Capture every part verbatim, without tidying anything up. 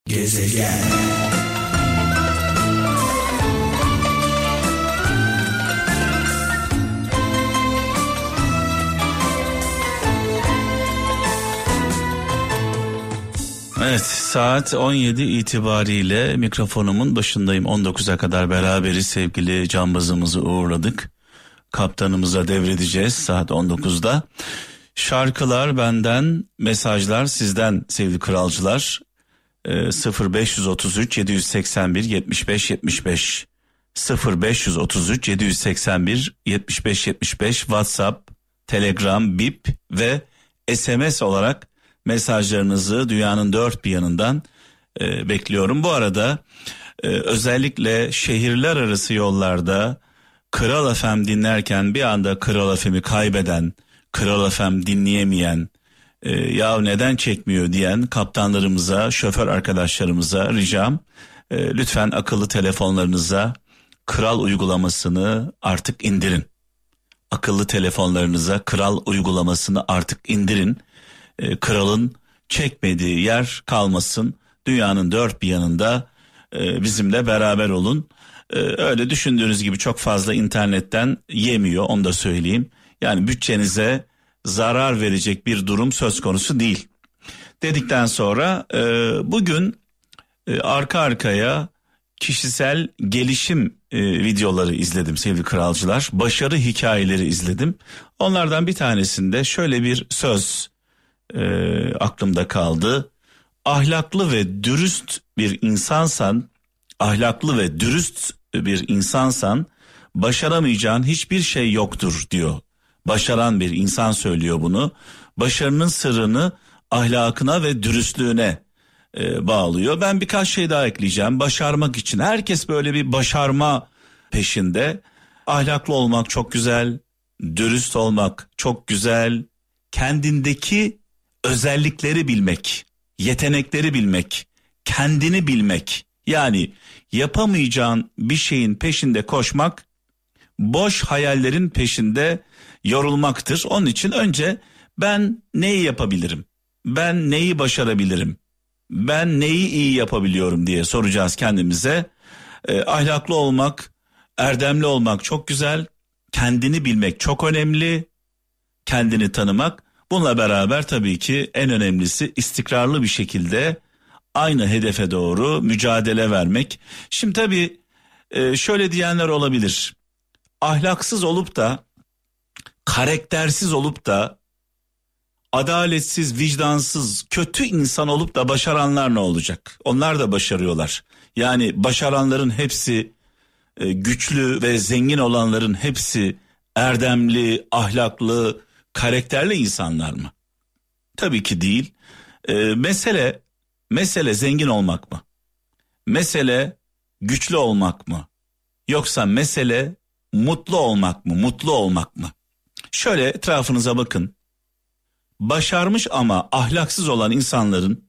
Gezegen. Evet, saat on yedi itibariyle mikrofonumun başındayım. on dokuza kadar beraberiz. Sevgili cambazımızı uğurladık. Kaptanımıza devredeceğiz saat on dokuzda. Şarkılar benden, mesajlar sizden sevgili kralcılar. Ee, sıfır beş otuz üç yedi seksen bir yetmiş beş yetmiş beş sıfır beş otuz üç yedi seksen bir yetmiş beş yetmiş beş WhatsApp, Telegram, Bip ve S M S olarak mesajlarınızı dünyanın dört bir yanından e, bekliyorum. Bu arada e, özellikle şehirler arası yollarda Kral F M dinlerken bir anda Kral F M'i kaybeden, Kral F M dinleyemeyen, e, ya neden çekmiyor diyen kaptanlarımıza, şoför arkadaşlarımıza ricam, e, lütfen akıllı telefonlarınıza Kral uygulamasını artık indirin. Akıllı telefonlarınıza Kral uygulamasını artık indirin. E, Kral'ın çekmediği yer kalmasın. Dünyanın dört bir yanında e, bizimle beraber olun. E, öyle düşündüğünüz gibi çok fazla internetten yemiyor, onu da söyleyeyim. Yani bütçenize zarar verecek bir durum söz konusu değil. Dedikten sonra e, bugün e, arka arkaya kişisel gelişim e, videoları izledim sevgili kralcılar. Başarı hikayeleri izledim. Onlardan bir tanesinde şöyle bir söz e, aklımda kaldı. Ahlaklı ve dürüst bir insansan, ahlaklı ve dürüst bir insansan başaramayacağın hiçbir şey yoktur diyor. Başaran bir insan söylüyor bunu. Başarının sırrını ahlakına ve dürüstlüğüne e, bağlıyor. Ben birkaç şey daha ekleyeceğim. Başarmak için herkes böyle bir başarma peşinde. Ahlaklı olmak çok güzel, dürüst olmak çok güzel. Kendindeki özellikleri bilmek, yetenekleri bilmek, kendini bilmek. Yani yapamayacağın bir şeyin peşinde koşmak, boş hayallerin peşinde yorulmaktır. Onun için önce ben neyi yapabilirim? Ben neyi başarabilirim? Ben neyi iyi yapabiliyorum diye soracağız kendimize. E, ahlaklı olmak, erdemli olmak çok güzel. Kendini bilmek çok önemli. Kendini tanımak. Bununla beraber tabii ki en önemlisi istikrarlı bir şekilde aynı hedefe doğru mücadele vermek. Şimdi tabii e, şöyle diyenler olabilir. Ahlaksız olup da, karaktersiz olup da, adaletsiz, vicdansız, kötü insan olup da başaranlar ne olacak? Onlar da başarıyorlar. Yani başaranların hepsi, e, güçlü ve zengin olanların hepsi erdemli, ahlaklı, karakterli insanlar mı? Tabii ki değil. E, mesele, mesele zengin olmak mı? Mesele güçlü olmak mı? Yoksa mesele mutlu olmak mı? Mutlu olmak mı? Şöyle etrafınıza bakın. Başarmış ama ahlaksız olan insanların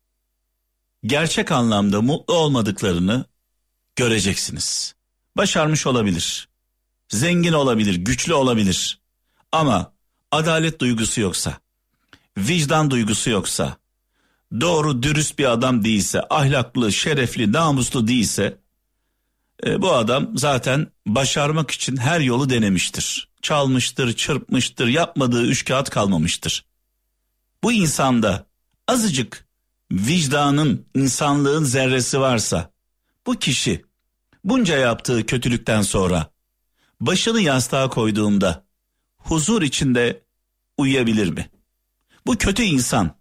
gerçek anlamda mutlu olmadıklarını göreceksiniz. Başarmış olabilir, zengin olabilir, güçlü olabilir ama adalet duygusu yoksa, vicdan duygusu yoksa, doğru dürüst bir adam değilse, ahlaklı, şerefli, namuslu değilse, e, bu adam zaten başarmak için her yolu denemiştir. Çalmıştır, çırpmıştır, yapmadığı üç kağıt kalmamıştır. Bu insanda azıcık vicdanın, insanlığın zerresi varsa, bu kişi bunca yaptığı kötülükten sonra başını yastığa koyduğunda huzur içinde uyuyabilir mi? Bu kötü insan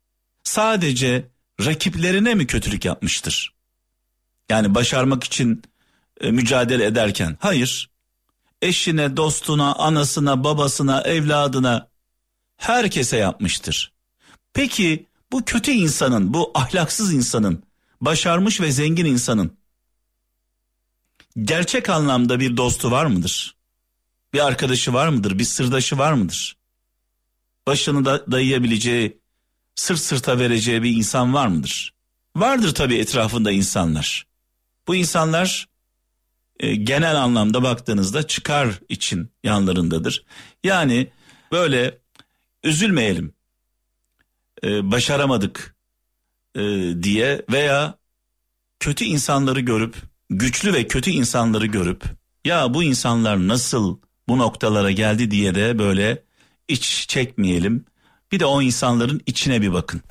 sadece rakiplerine mi kötülük yapmıştır? Yani başarmak için e, mücadele ederken hayır, eşine, dostuna, anasına, babasına, evladına, herkese yapmıştır. Peki bu kötü insanın, bu ahlaksız insanın, başarmış ve zengin insanın gerçek anlamda bir dostu var mıdır? Bir arkadaşı var mıdır? Bir sırdaşı var mıdır? Başını da dayayabileceği, sırt sırta vereceği bir insan var mıdır? Vardır tabii etrafında insanlar. Bu insanlar e, genel anlamda baktığınızda çıkar için yanlarındadır. Yani böyle üzülmeyelim, e, başaramadık, e, diye veya kötü insanları görüp, güçlü ve kötü insanları görüp ya bu insanlar nasıl bu noktalara geldi diye de böyle iç çekmeyelim. Bir de o insanların içine bir bakın.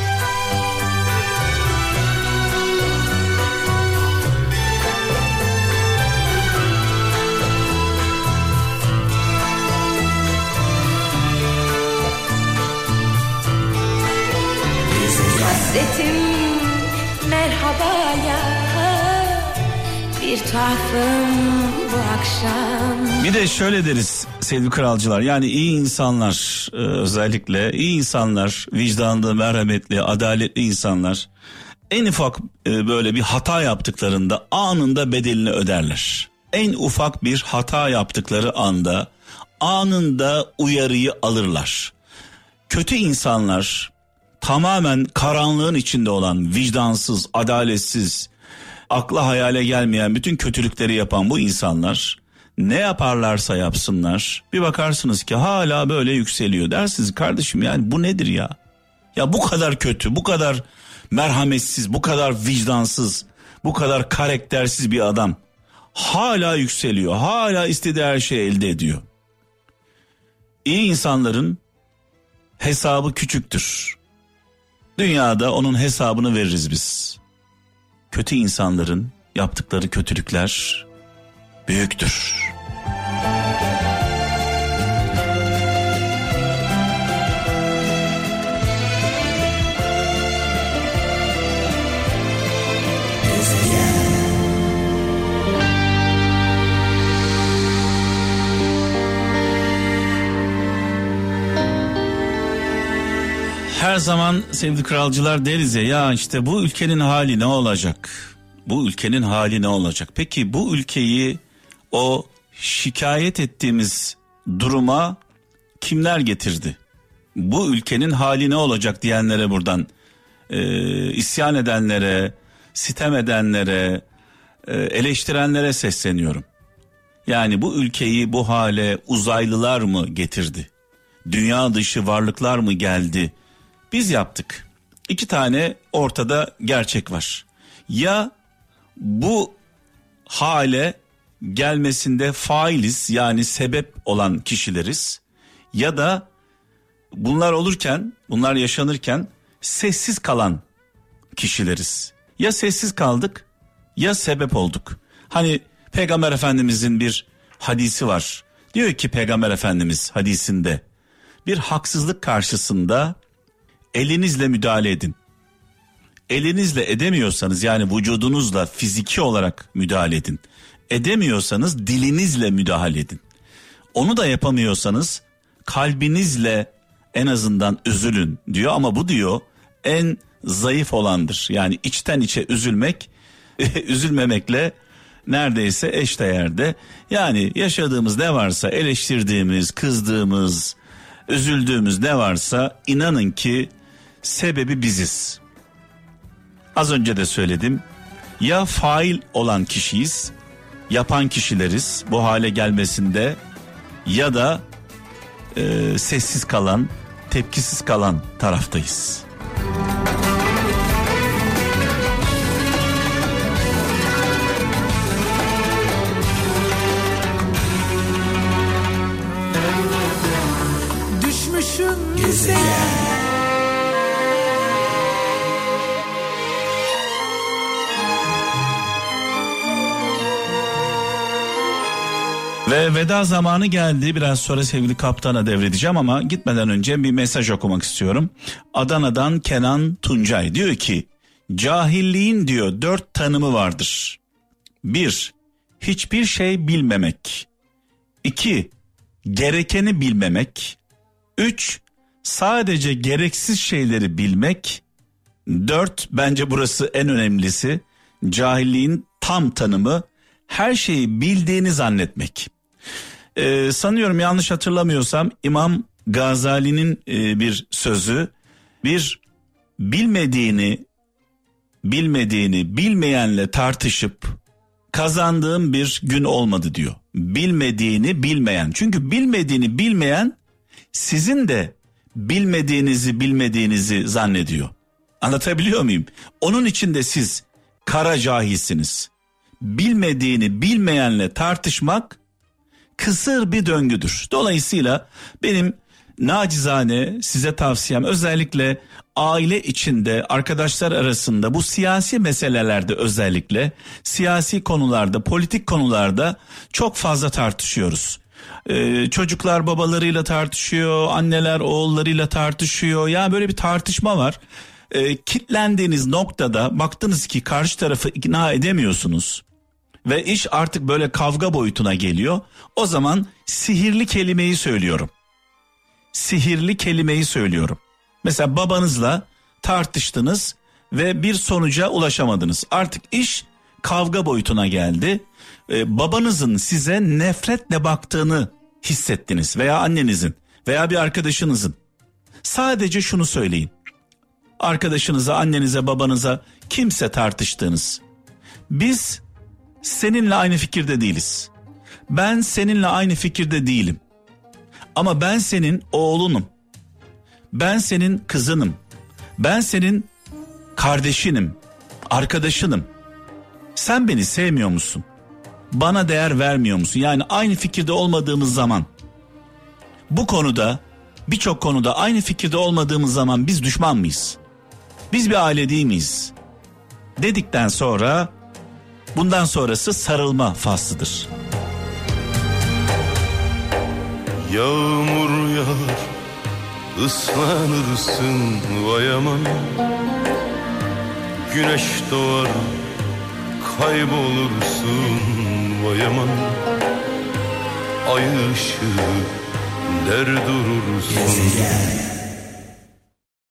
Hasretim merhabaya, bir tuhafım bu akşam. Bir de şöyle deriz sevgili kralcılar, yani iyi insanlar, özellikle iyi insanlar, vicdanlı, merhametli, adaletli insanlar en ufak böyle bir hata yaptıklarında anında bedelini öderler. En ufak bir hata yaptıkları anda anında uyarıyı alırlar. Kötü insanlar, tamamen karanlığın içinde olan, vicdansız, adaletsiz, akla hayale gelmeyen bütün kötülükleri yapan bu insanlar ne yaparlarsa yapsınlar bir bakarsınız ki hala böyle yükseliyor. Dersiniz kardeşim, yani bu nedir ya? Ya bu kadar kötü, bu kadar merhametsiz, bu kadar vicdansız, bu kadar karaktersiz bir adam hala yükseliyor, hala istediği her şeyi elde ediyor. İyi insanların hesabı küçüktür. Dünyada onun hesabını veririz biz. Kötü insanların yaptıkları kötülükler büyüktür. Her zaman sevgili kralcılar deriz ya, ya işte bu ülkenin hali ne olacak? Bu ülkenin hali ne olacak? Peki bu ülkeyi o şikayet ettiğimiz duruma kimler getirdi? Bu ülkenin hali ne olacak diyenlere buradan e, isyan edenlere, sitem edenlere, e, eleştirenlere sesleniyorum. Yani bu ülkeyi bu hale uzaylılar mı getirdi? Dünya dışı varlıklar mı geldi? Biz yaptık. İki tane ortada gerçek var. Ya bu hale gelmesinde failiz, yani sebep olan kişileriz, ya da bunlar olurken, bunlar yaşanırken sessiz kalan kişileriz. Ya sessiz kaldık ya sebep olduk. Hani Peygamber Efendimizin bir hadisi var. Diyor ki Peygamber Efendimiz hadisinde, bir haksızlık karşısında elinizle müdahale edin. Elinizle edemiyorsanız, yani vücudunuzla fiziki olarak müdahale edin. Edemiyorsanız dilinizle müdahale edin. Onu da yapamıyorsanız kalbinizle en azından üzülün diyor, ama bu diyor en zayıf olandır. Yani içten içe üzülmek üzülmemekle neredeyse eşdeğerde. Yani yaşadığımız ne varsa, eleştirdiğimiz, kızdığımız, üzüldüğümüz ne varsa inanın ki sebebi biziz. Az önce de söyledim. Ya fail olan kişiyiz, yapan kişileriz bu hale gelmesinde, ya da e, sessiz kalan, tepkisiz kalan taraftayız. Düşmüşüm gezegen. Ve veda zamanı geldi. Biraz sonra sevgili kaptana devredeceğim ama gitmeden önce bir mesaj okumak istiyorum. Adana'dan Kenan Tuncay diyor ki, cahilliğin diyor dört tanımı vardır. Bir, hiçbir şey bilmemek. İki, gerekeni bilmemek. Üç, sadece gereksiz şeyleri bilmek. Dört, bence burası en önemlisi, cahilliğin tam tanımı, her şeyi bildiğini zannetmek. Ee, sanıyorum yanlış hatırlamıyorsam İmam Gazali'nin e, bir sözü, bir bilmediğini bilmediğini bilmeyenle tartışıp kazandığım bir gün olmadı diyor. Bilmediğini bilmeyen, çünkü bilmediğini bilmeyen sizin de bilmediğinizi bilmediğinizi zannediyor. Anlatabiliyor muyum? Onun için de siz kara cahilsiniz. Bilmediğini bilmeyenle tartışmak kısır bir döngüdür. Dolayısıyla benim nacizane size tavsiyem, özellikle aile içinde, arkadaşlar arasında, bu siyasi meselelerde, özellikle siyasi konularda, politik konularda çok fazla tartışıyoruz. Ee, çocuklar babalarıyla tartışıyor, anneler oğullarıyla tartışıyor. Ya böyle bir tartışma var. Ee, kitlendiğiniz noktada baktınız ki karşı tarafı ikna edemiyorsunuz ve iş artık böyle kavga boyutuna geliyor. O zaman sihirli kelimeyi söylüyorum. Sihirli kelimeyi söylüyorum. Mesela babanızla tartıştınız ve bir sonuca ulaşamadınız. Artık iş kavga boyutuna geldi. Ee, babanızın size nefretle baktığını hissettiniz veya annenizin veya bir arkadaşınızın. Sadece şunu söyleyin. Arkadaşınıza, annenize, babanıza, kimse tartıştığınız. Biz seninle aynı fikirde değiliz. Ben seninle aynı fikirde değilim. Ama ben senin oğlunum. Ben senin kızınım. Ben senin kardeşinim, arkadaşınım. Sen beni sevmiyor musun? Bana değer vermiyor musun? Yani aynı fikirde olmadığımız zaman, bu konuda, birçok konuda aynı fikirde olmadığımız zaman biz düşman mıyız? Biz bir aile değil miyiz? Dedikten sonra bundan sonrası sarılma faslıdır. Yağmur yağar, ıslanırsın vay aman. Güneş doğar, kaybolursun vay aman. Ay ışığı der durursun. Gezegen.